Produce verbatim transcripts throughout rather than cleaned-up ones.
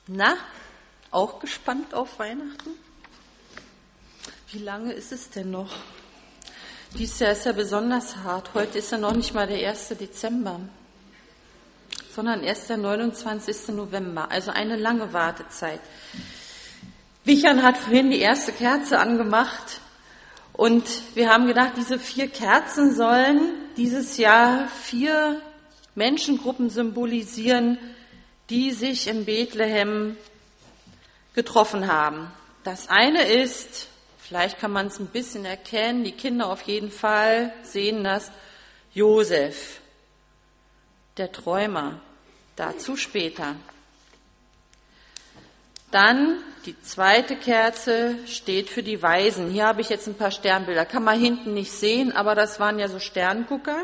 Na, auch gespannt auf Weihnachten? Wie lange ist es denn noch? Dieses Jahr ist ja besonders hart. Heute ist ja noch nicht mal der erste Dezember, sondern erst der neunundzwanzigste November. Also eine lange Wartezeit. Wichern hat vorhin die erste Kerze angemacht und wir haben gedacht, diese vier Kerzen sollen dieses Jahr vier Menschengruppen symbolisieren, die sich in Bethlehem getroffen haben. Das eine ist, vielleicht kann man es ein bisschen erkennen, die Kinder auf jeden Fall sehen das, Josef, der Träumer, dazu später. Dann die zweite Kerze steht für die Weisen. Hier habe ich jetzt ein paar Sternbilder, kann man hinten nicht sehen, aber das waren ja so Sterngucker.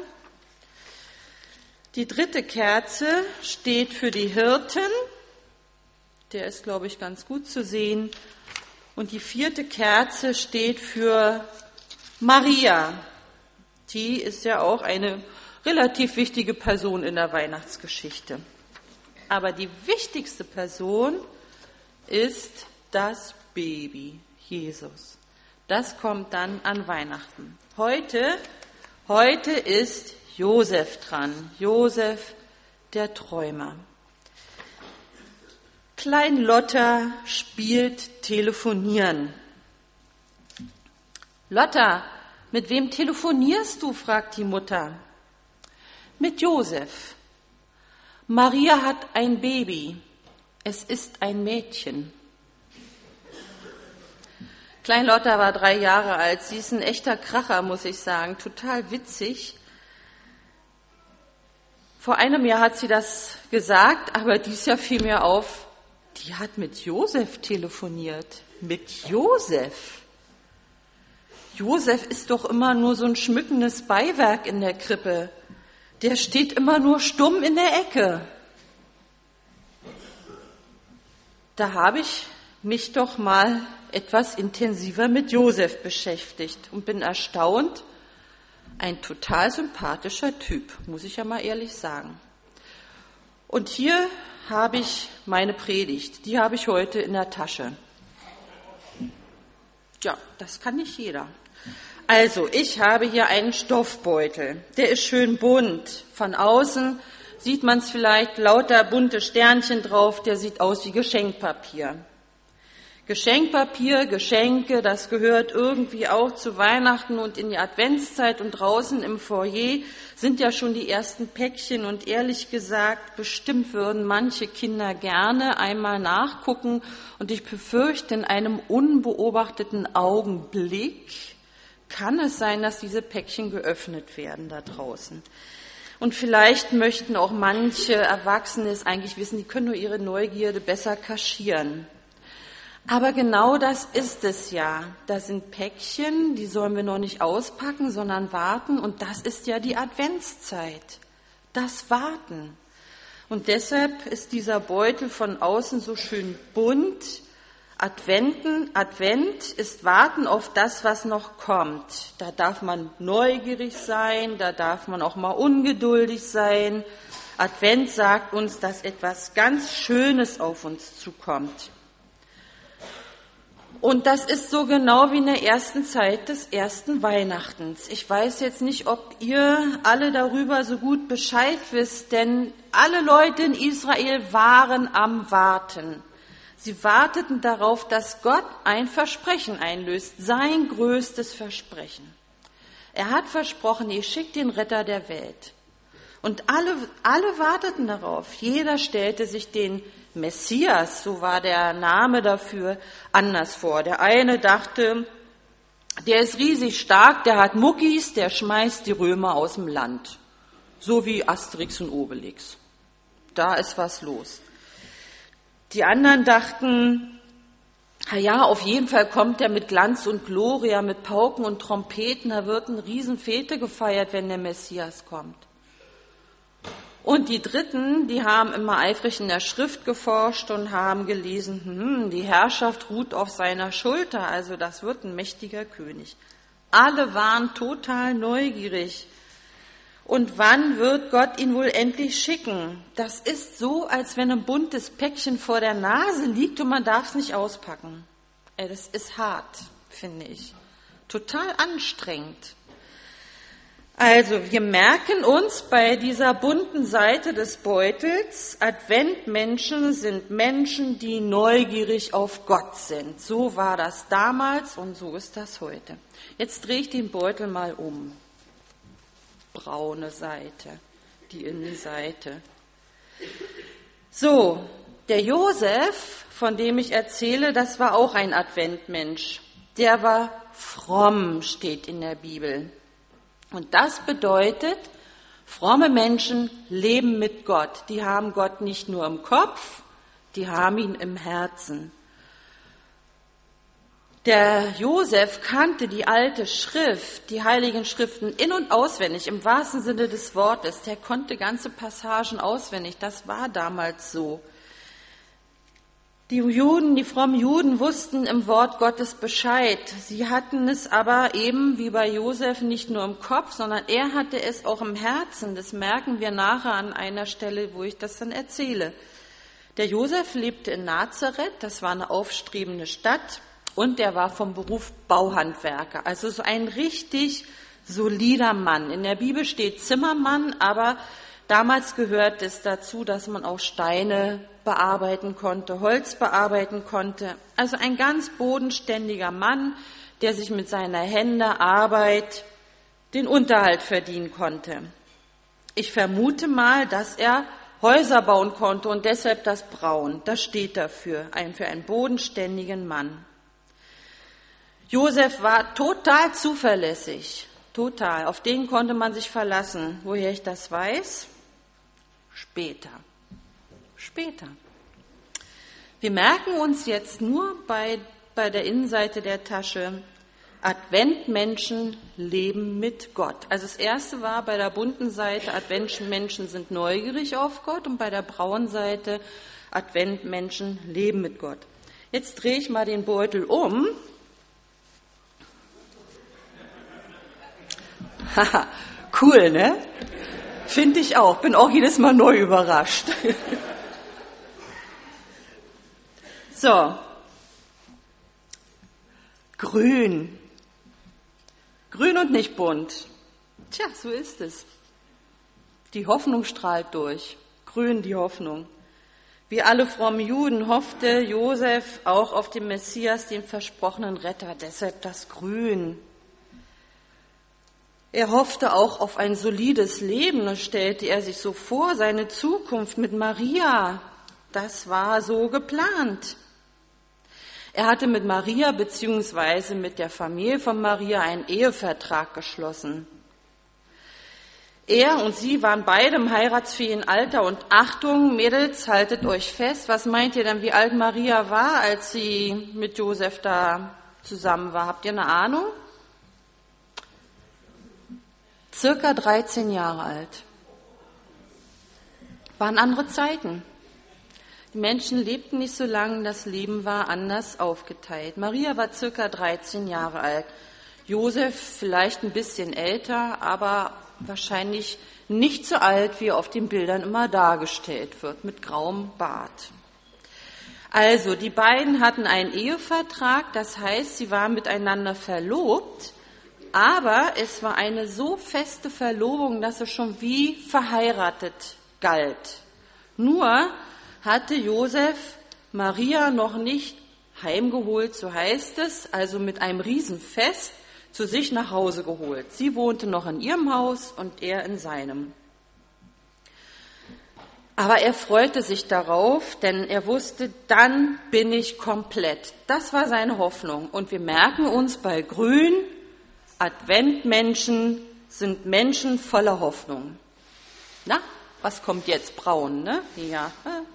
Die dritte Kerze steht für die Hirten, der ist, glaube ich, ganz gut zu sehen. Und die vierte Kerze steht für Maria. Die ist ja auch eine relativ wichtige Person in der Weihnachtsgeschichte. Aber die wichtigste Person ist das Baby, Jesus. Das kommt dann an Weihnachten. Heute, heute ist Josef dran. Josef, der Träumer. Klein Lotta spielt Telefonieren. Lotta, mit wem telefonierst du? Fragt die Mutter. Mit Josef. Maria hat ein Baby. Es ist ein Mädchen. Klein Lotta war drei Jahre alt. Sie ist ein echter Kracher, muss ich sagen. Total witzig. Vor einem Jahr hat sie das gesagt, aber dieses Jahr fiel mir auf, die hat mit Josef telefoniert. Mit Josef. Josef ist doch immer nur so ein schmückendes Beiwerk in der Krippe. Der steht immer nur stumm in der Ecke. Da habe ich mich doch mal etwas intensiver mit Josef beschäftigt und bin erstaunt. Ein total sympathischer Typ, muss ich ja mal ehrlich sagen. Und hier habe ich meine Predigt, die habe ich heute in der Tasche. Ja, das kann nicht jeder. Also, ich habe hier einen Stoffbeutel, der ist schön bunt. Von außen sieht man es vielleicht, lauter bunte Sternchen drauf, der sieht aus wie Geschenkpapier. Geschenkpapier, Geschenke, das gehört irgendwie auch zu Weihnachten und in die Adventszeit und draußen im Foyer sind ja schon die ersten Päckchen und ehrlich gesagt, bestimmt würden manche Kinder gerne einmal nachgucken und ich befürchte, in einem unbeobachteten Augenblick kann es sein, dass diese Päckchen geöffnet werden da draußen. Und vielleicht möchten auch manche Erwachsene es eigentlich wissen, die können nur ihre Neugierde besser kaschieren. Aber genau das ist es ja. Das sind Päckchen, die sollen wir noch nicht auspacken, sondern warten. Und das ist ja die Adventszeit. Das Warten. Und deshalb ist dieser Beutel von außen so schön bunt. Adventen, Advent ist Warten auf das, was noch kommt. Da darf man neugierig sein, da darf man auch mal ungeduldig sein. Advent sagt uns, dass etwas ganz Schönes auf uns zukommt. Und das ist so genau wie in der ersten Zeit des ersten Weihnachtens. Ich weiß jetzt nicht, ob ihr alle darüber so gut Bescheid wisst, denn alle Leute in Israel waren am Warten. Sie warteten darauf, dass Gott ein Versprechen einlöst, sein größtes Versprechen. Er hat versprochen, ich schicke den Retter der Welt. Und alle, alle warteten darauf. Jeder stellte sich den Messias, so war der Name dafür, anders vor. Der eine dachte, der ist riesig stark, der hat Muckis, der schmeißt die Römer aus dem Land. So wie Asterix und Obelix. Da ist was los. Die anderen dachten, na ja, auf jeden Fall kommt er mit Glanz und Gloria, mit Pauken und Trompeten, da wird eine Riesenfete gefeiert, wenn der Messias kommt. Und die Dritten, die haben immer eifrig in der Schrift geforscht und haben gelesen, hm, die Herrschaft ruht auf seiner Schulter, also das wird ein mächtiger König. Alle waren total neugierig. Und wann wird Gott ihn wohl endlich schicken? Das ist so, als wenn ein buntes Päckchen vor der Nase liegt und man darf es nicht auspacken. Das ist hart, finde ich. Total anstrengend. Also, wir merken uns bei dieser bunten Seite des Beutels, Adventmenschen sind Menschen, die neugierig auf Gott sind. So war das damals und so ist das heute. Jetzt drehe ich den Beutel mal um. Braune Seite, die Innenseite. So, der Josef, von dem ich erzähle, das war auch ein Adventmensch. Der war fromm, steht in der Bibel. Und das bedeutet, fromme Menschen leben mit Gott. Die haben Gott nicht nur im Kopf, die haben ihn im Herzen. Der Josef kannte die alte Schrift, die heiligen Schriften in- und auswendig, im wahrsten Sinne des Wortes. Der konnte ganze Passagen auswendig, das war damals so. Die Juden, die frommen Juden wussten im Wort Gottes Bescheid. Sie hatten es aber eben wie bei Josef nicht nur im Kopf, sondern er hatte es auch im Herzen. Das merken wir nachher an einer Stelle, wo ich das dann erzähle. Der Josef lebte in Nazareth, das war eine aufstrebende Stadt. Und der war vom Beruf Bauhandwerker, also so ein richtig solider Mann. In der Bibel steht Zimmermann, aber damals gehört es dazu, dass man auch Steine bearbeiten konnte, Holz bearbeiten konnte. Also ein ganz bodenständiger Mann, der sich mit seiner Hände Arbeit den Unterhalt verdienen konnte. Ich vermute mal, dass er Häuser bauen konnte und deshalb das Braun. Das steht dafür, ein, für einen bodenständigen Mann. Josef war total zuverlässig, total. Auf den konnte man sich verlassen. Woher ich das weiß? Später, später. Wir merken uns jetzt nur bei, bei der Innenseite der Tasche, Adventmenschen leben mit Gott. Also das erste war bei der bunten Seite, Adventmenschen sind neugierig auf Gott und bei der braunen Seite, Adventmenschen leben mit Gott. Jetzt drehe ich mal den Beutel um. Haha, cool, ne? Finde ich auch. Bin auch jedes Mal neu überrascht. So. Grün. Grün und nicht bunt. Tja, so ist es. Die Hoffnung strahlt durch. Grün die Hoffnung. Wie alle frommen Juden hoffte Josef auch auf den Messias, den versprochenen Retter. Deshalb das Grün. Er hoffte auch auf ein solides Leben und stellte er sich so vor, seine Zukunft mit Maria, das war so geplant. Er hatte mit Maria bzw. mit der Familie von Maria einen Ehevertrag geschlossen. Er und sie waren beide im heiratsfähigen Alter und Achtung, Mädels, haltet euch fest, was meint ihr denn, wie alt Maria war, als sie mit Josef da zusammen war? Habt ihr eine Ahnung? Circa dreizehn Jahre alt. Waren andere Zeiten. Die Menschen lebten nicht so lange, das Leben war anders aufgeteilt. Maria war circa dreizehn Jahre alt. Josef vielleicht ein bisschen älter, aber wahrscheinlich nicht so alt, wie er auf den Bildern immer dargestellt wird, mit grauem Bart. Also, die beiden hatten einen Ehevertrag, das heißt, sie waren miteinander verlobt, aber es war eine so feste Verlobung, dass es schon wie verheiratet galt. Nur hatte Josef Maria noch nicht heimgeholt, so heißt es, also mit einem Riesenfest zu sich nach Hause geholt. Sie wohnte noch in ihrem Haus und er in seinem. Aber er freute sich darauf, denn er wusste, dann bin ich komplett. Das war seine Hoffnung. Und wir merken uns bei Grün, Adventmenschen sind Menschen voller Hoffnung. Na, was kommt jetzt? Braun, ne? Ja.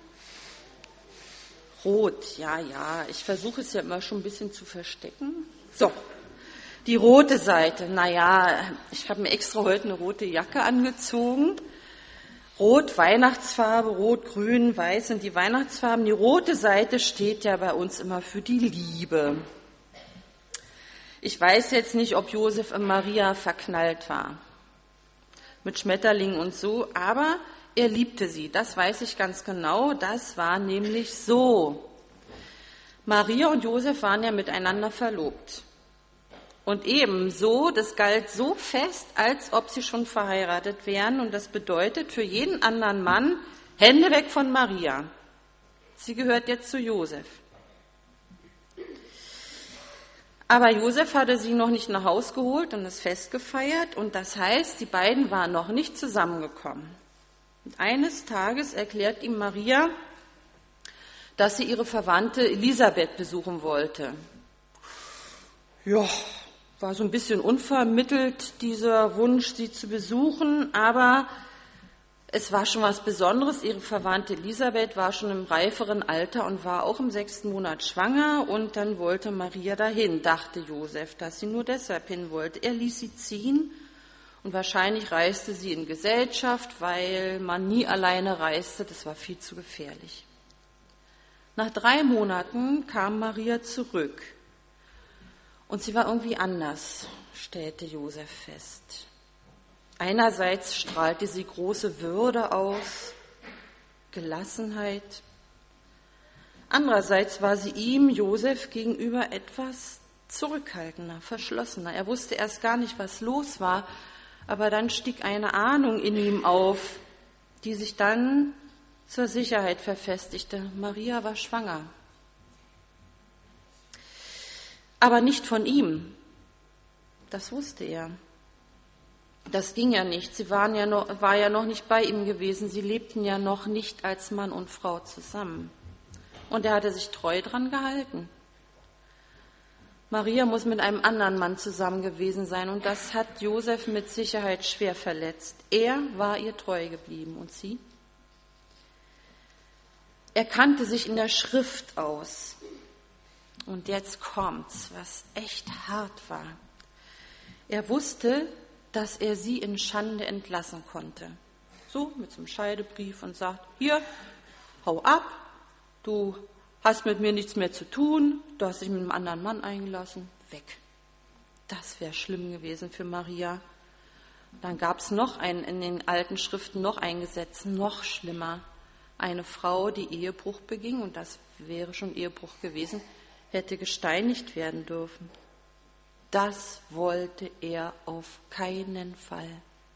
Rot, ja, ja. Ich versuche es ja immer schon ein bisschen zu verstecken. So, die rote Seite. Naja, ich habe mir extra heute eine rote Jacke angezogen. Rot, Weihnachtsfarbe, Rot, Grün, Weiß sind die Weihnachtsfarben. Die rote Seite steht ja bei uns immer für die Liebe. Ich weiß jetzt nicht, ob Josef in Maria verknallt war. mit Schmetterlingen und so, aber er liebte sie. Das weiß ich ganz genau. Das war nämlich so. Maria und Josef waren ja miteinander verlobt. Und ebenso, das galt so fest, als ob sie schon verheiratet wären. Und das bedeutet für jeden anderen Mann, Hände weg von Maria. Sie gehört jetzt zu Josef. Aber Josef hatte sie noch nicht nach Haus geholt und das Fest gefeiert. Und das heißt, die beiden waren noch nicht zusammengekommen. Und eines Tages erklärt ihm Maria, dass sie ihre Verwandte Elisabeth besuchen wollte. Ja, war so ein bisschen unvermittelt, dieser Wunsch, sie zu besuchen, aber es war schon was Besonderes. Ihre Verwandte Elisabeth war schon im reiferen Alter und war auch im sechsten Monat schwanger, und dann wollte Maria dahin, dachte Josef, dass sie nur deshalb hin wollte. Er ließ sie ziehen und wahrscheinlich reiste sie in Gesellschaft, weil man nie alleine reiste, das war viel zu gefährlich. Nach drei Monaten kam Maria zurück. Und sie war irgendwie anders, stellte Josef fest. Einerseits strahlte sie große Würde aus, Gelassenheit. Andererseits war sie ihm, Josef, gegenüber etwas zurückhaltender, verschlossener. Er wusste erst gar nicht, was los war, aber dann stieg eine Ahnung in ihm auf, die sich dann zur Sicherheit verfestigte. Maria war schwanger. Aber nicht von ihm. Das wusste er. Das ging ja nicht. Sie waren ja noch, war ja noch nicht bei ihm gewesen. Sie lebten ja noch nicht als Mann und Frau zusammen. Und er hatte sich treu dran gehalten. Maria muss mit einem anderen Mann zusammen gewesen sein, und das hat Josef mit Sicherheit schwer verletzt. Er war ihr treu geblieben. Und sie? Er kannte sich in der Schrift aus. Und jetzt kommt's, was echt hart war. Er wusste, dass er sie in Schande entlassen konnte. So, mit so einem Scheidebrief, und sagt, hier, hau ab, du hast mit mir nichts mehr zu tun, du hast dich mit einem anderen Mann eingelassen, weg. Das wäre schlimm gewesen für Maria. Dann gab es noch ein, in den alten Schriften noch ein Gesetz, noch schlimmer. Eine Frau, die Ehebruch beging, und das wäre schon Ehebruch gewesen, hätte gesteinigt werden dürfen. Das wollte er auf keinen Fall.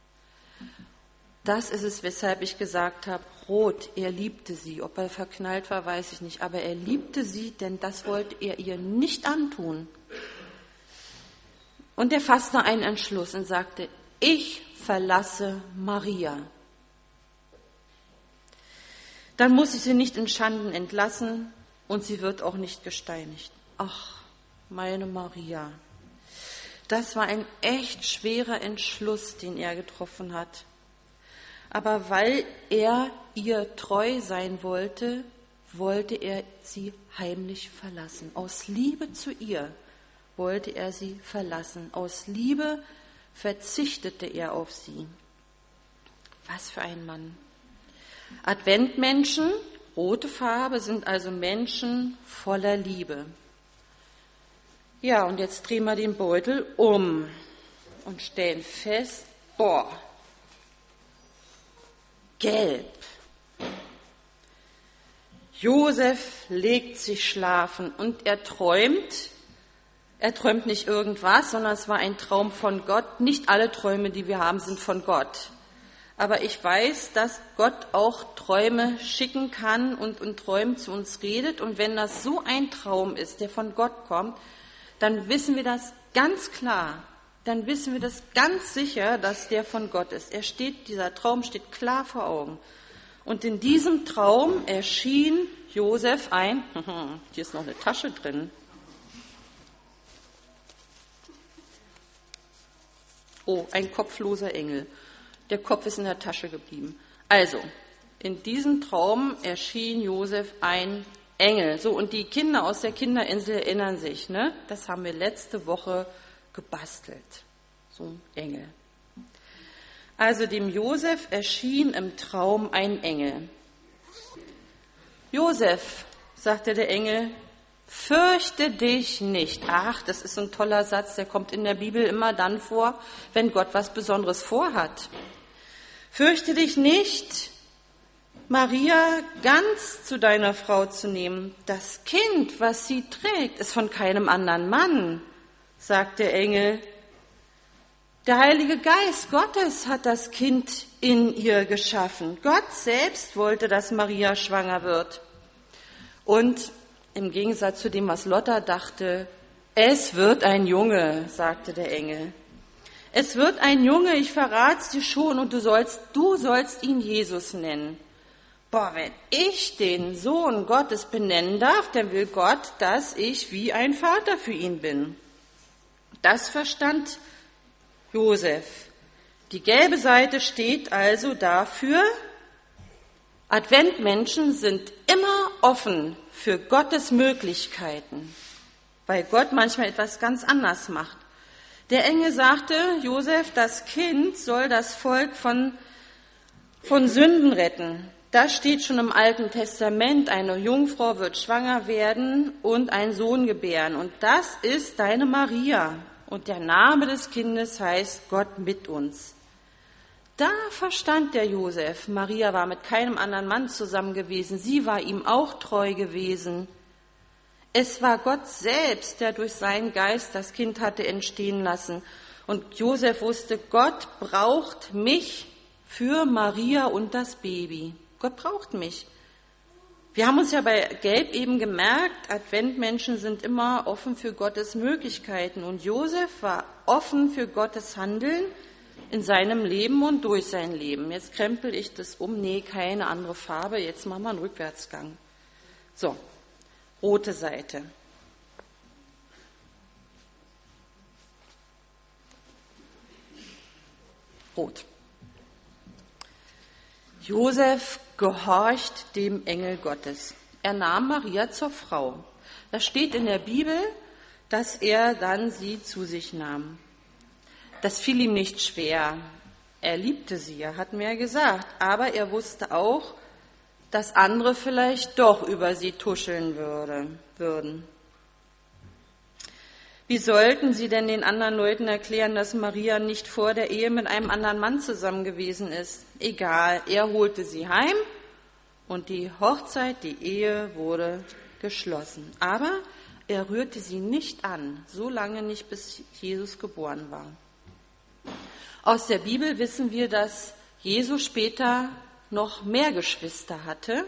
Das ist es, weshalb ich gesagt habe, Rot, er liebte sie. Ob er verknallt war, weiß ich nicht, aber er liebte sie, denn das wollte er ihr nicht antun. Und er fasste einen Entschluss und sagte, ich verlasse Maria. Dann muss ich sie nicht in Schanden entlassen, und sie wird auch nicht gesteinigt. Ach, meine Maria. Das war ein echt schwerer Entschluss, den er getroffen hat. Aber weil er ihr treu sein wollte, wollte er sie heimlich verlassen. Aus Liebe zu ihr wollte er sie verlassen. Aus Liebe verzichtete er auf sie. Was für ein Mann. Adventmenschen, rote Farbe, sind also Menschen voller Liebe. Ja, und jetzt drehen wir den Beutel um und stellen fest, boah, gelb. Josef legt sich schlafen und er träumt. Er träumt nicht irgendwas, sondern es war ein Traum von Gott. Nicht alle Träume, die wir haben, sind von Gott. Aber ich weiß, dass Gott auch Träume schicken kann und in Träumen zu uns redet. Und wenn das so ein Traum ist, der von Gott kommt, dann wissen wir das ganz klar. Dann wissen wir das ganz sicher, dass der von Gott ist. Er steht, dieser Traum steht klar vor Augen. Und in diesem Traum erschien Josef ein, hier ist noch eine Tasche drin. Oh, ein kopfloser Engel. Der Kopf ist in der Tasche geblieben. Also, in diesem Traum erschien Josef ein Engel. So, und die Kinder aus der Kinderinsel erinnern sich, ne? Das haben wir letzte Woche gebastelt. So ein Engel. Also dem Josef erschien im Traum ein Engel. Josef, sagte der Engel, fürchte dich nicht. Ach, das ist ein toller Satz, der kommt in der Bibel immer dann vor, wenn Gott was Besonderes vorhat. Fürchte dich nicht, Maria ganz zu deiner Frau zu nehmen. Das Kind, was sie trägt, ist von keinem anderen Mann, sagt der Engel. Der Heilige Geist Gottes hat das Kind in ihr geschaffen. Gott selbst wollte, dass Maria schwanger wird. Und im Gegensatz zu dem, was Lotta dachte, es wird ein Junge, sagte der Engel. Es wird ein Junge, ich verrat's dir schon, und du sollst, du sollst ihn Jesus nennen. Boah, wenn ich den Sohn Gottes benennen darf, dann will Gott, dass ich wie ein Vater für ihn bin. Das verstand Josef. Die gelbe Seite steht also dafür, Adventmenschen sind immer offen für Gottes Möglichkeiten, weil Gott manchmal etwas ganz anders macht. Der Engel sagte, Josef, das Kind soll das Volk von, von Sünden retten. Das steht schon im Alten Testament, eine Jungfrau wird schwanger werden und einen Sohn gebären. Und das ist deine Maria. Und der Name des Kindes heißt Gott mit uns. Da verstand der Josef, Maria war mit keinem anderen Mann zusammen gewesen. Sie war ihm auch treu gewesen. Es war Gott selbst, der durch seinen Geist das Kind hatte entstehen lassen. Und Josef wusste, Gott braucht mich für Maria und das Baby. Gott braucht mich. Wir haben uns ja bei Gelb eben gemerkt, Adventmenschen sind immer offen für Gottes Möglichkeiten. Und Josef war offen für Gottes Handeln in seinem Leben und durch sein Leben. Jetzt krempel ich das um. Nee, keine andere Farbe. Jetzt machen wir einen Rückwärtsgang. So, rote Seite. Rot. Josef gehorcht dem Engel Gottes. Er nahm Maria zur Frau. Das steht in der Bibel, dass er dann sie zu sich nahm. Das fiel ihm nicht schwer. Er liebte sie, er hat mir gesagt. Aber er wusste auch, dass andere vielleicht doch über sie tuscheln würde, würden. Wie sollten sie denn den anderen Leuten erklären, dass Maria nicht vor der Ehe mit einem anderen Mann zusammen gewesen ist? Egal, er holte sie heim und die Hochzeit, die Ehe wurde geschlossen. Aber er rührte sie nicht an, so lange nicht, bis Jesus geboren war. Aus der Bibel wissen wir, dass Jesus später noch mehr Geschwister hatte.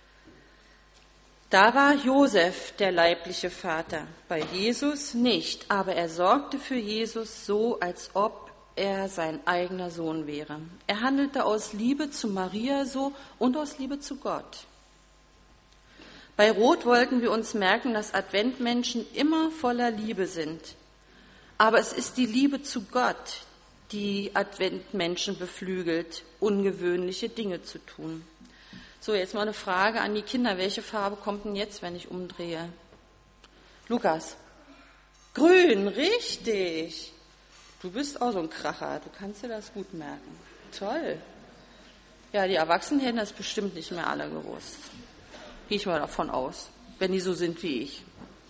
Da war Josef der leibliche Vater, bei Jesus nicht, aber er sorgte für Jesus so, als ob er sein eigener Sohn wäre. Er handelte aus Liebe zu Maria so und aus Liebe zu Gott. Bei Rot wollten wir uns merken, dass Adventmenschen immer voller Liebe sind. Aber es ist die Liebe zu Gott, die Adventmenschen beflügelt, ungewöhnliche Dinge zu tun. So, jetzt mal eine Frage an die Kinder. Welche Farbe kommt denn jetzt, wenn ich umdrehe? Lukas? Grün, richtig. Du bist auch so ein Kracher. Du kannst dir das gut merken. Toll. Ja, die Erwachsenen hätten das bestimmt nicht mehr alle gewusst. Gehe ich mal davon aus, wenn die so sind wie ich.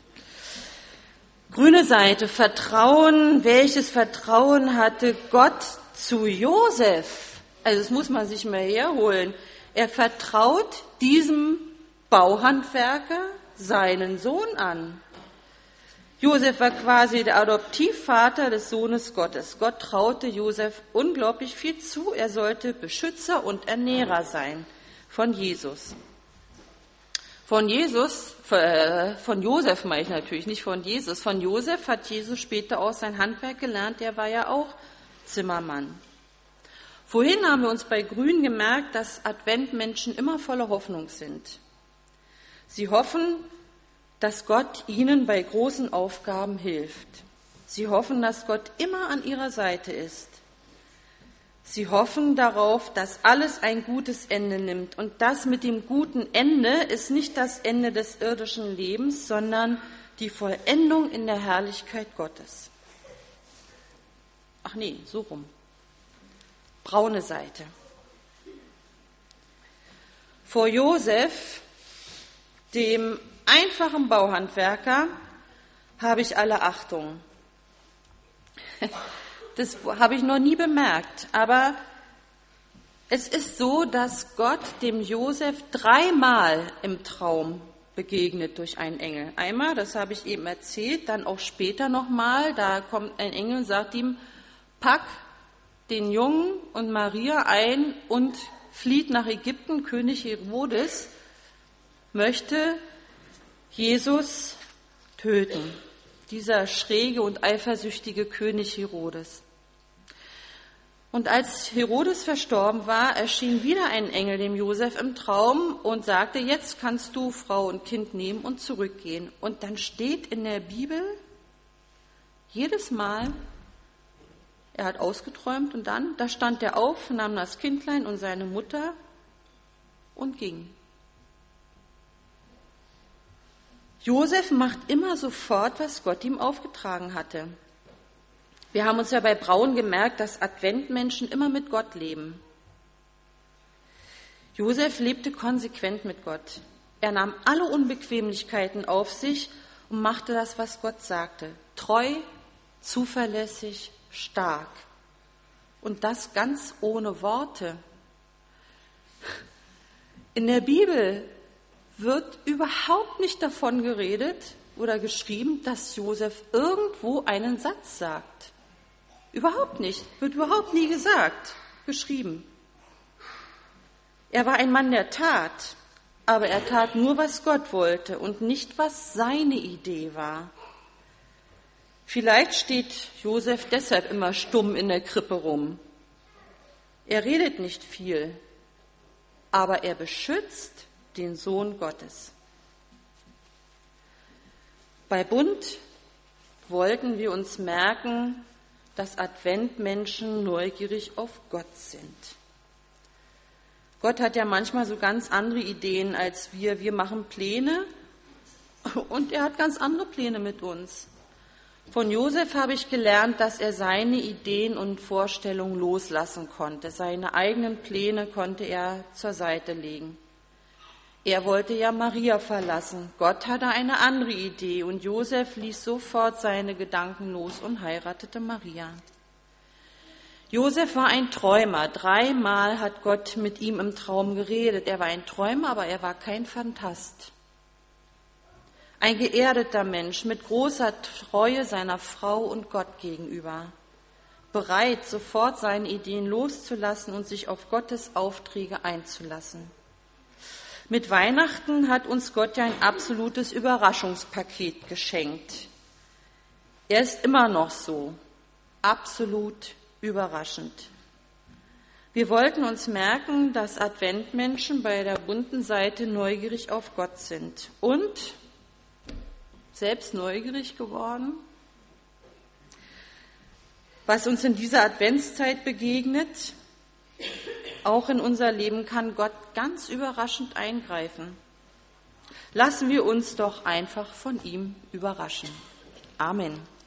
Grüne Seite, Vertrauen. Welches Vertrauen hatte Gott zu Josef? Also das muss man sich mal herholen. Er vertraut diesem Bauhandwerker seinen Sohn an. Josef war quasi der Adoptivvater des Sohnes Gottes. Gott traute Josef unglaublich viel zu. Er sollte Beschützer und Ernährer sein von Jesus. Von Jesus, von Josef meine ich natürlich, nicht von Jesus. Von Josef hat Jesus später auch sein Handwerk gelernt. Der war ja auch Zimmermann. Vorhin haben wir uns bei Grün gemerkt, dass Adventmenschen immer voller Hoffnung sind. Sie hoffen, dass Gott ihnen bei großen Aufgaben hilft. Sie hoffen, dass Gott immer an ihrer Seite ist. Sie hoffen darauf, dass alles ein gutes Ende nimmt. Und das mit dem guten Ende ist nicht das Ende des irdischen Lebens, sondern die Vollendung in der Herrlichkeit Gottes. Ach nee, so rum. Braune Seite. Vor Josef, dem einfachen Bauhandwerker, habe ich alle Achtung. Das habe ich noch nie bemerkt, aber Es ist so, dass Gott dem Josef dreimal im Traum begegnet durch einen Engel. Einmal, das habe ich eben erzählt, dann auch später nochmal, da kommt ein Engel und sagt ihm, pack den Jungen und Maria ein und flieht nach Ägypten. König Herodes möchte Jesus töten, dieser schräge und eifersüchtige König Herodes. Und als Herodes verstorben war, erschien wieder ein Engel dem Josef im Traum und sagte, jetzt kannst du Frau und Kind nehmen und zurückgehen. Und dann steht in der Bibel jedes Mal, er hat ausgeträumt und dann, da stand er auf, nahm das Kindlein und seine Mutter und ging. Josef macht immer sofort, was Gott ihm aufgetragen hatte. Wir haben uns ja bei Braun gemerkt, dass Adventmenschen immer mit Gott leben. Josef lebte konsequent mit Gott. Er nahm alle Unbequemlichkeiten auf sich und machte das, was Gott sagte. Treu, zuverlässig, stark. Und das ganz ohne Worte. In der Bibel wird überhaupt nicht davon geredet oder geschrieben, dass Josef irgendwo einen Satz sagt. Überhaupt nicht, wird überhaupt nie gesagt, geschrieben. Er war ein Mann der Tat, aber er tat nur, was Gott wollte und nicht, was seine Idee war. Vielleicht steht Josef deshalb immer stumm in der Krippe rum. Er redet nicht viel, aber er beschützt den Sohn Gottes. Bei Bund wollten wir uns merken, dass Adventmenschen neugierig auf Gott sind. Gott hat ja manchmal so ganz andere Ideen als wir. Wir machen Pläne und er hat ganz andere Pläne mit uns. Von Josef habe ich gelernt, dass er seine Ideen und Vorstellungen loslassen konnte. Seine eigenen Pläne konnte er zur Seite legen. Er wollte ja Maria verlassen. Gott hatte eine andere Idee und Josef ließ sofort seine Gedanken los und heiratete Maria. Josef war ein Träumer. Dreimal hat Gott mit ihm im Traum geredet. Er war ein Träumer, aber er war kein Phantast. Ein geerdeter Mensch mit großer Treue seiner Frau und Gott gegenüber. Bereit, sofort seine Ideen loszulassen und sich auf Gottes Aufträge einzulassen. Mit Weihnachten hat uns Gott ja ein absolutes Überraschungspaket geschenkt. Er ist immer noch so, absolut überraschend. Wir wollten uns merken, dass Adventmenschen bei der bunten Seite neugierig auf Gott sind und selbst neugierig geworden. Was uns in dieser Adventszeit begegnet, auch in unser Leben kann Gott ganz überraschend eingreifen. Lassen wir uns doch einfach von ihm überraschen. Amen.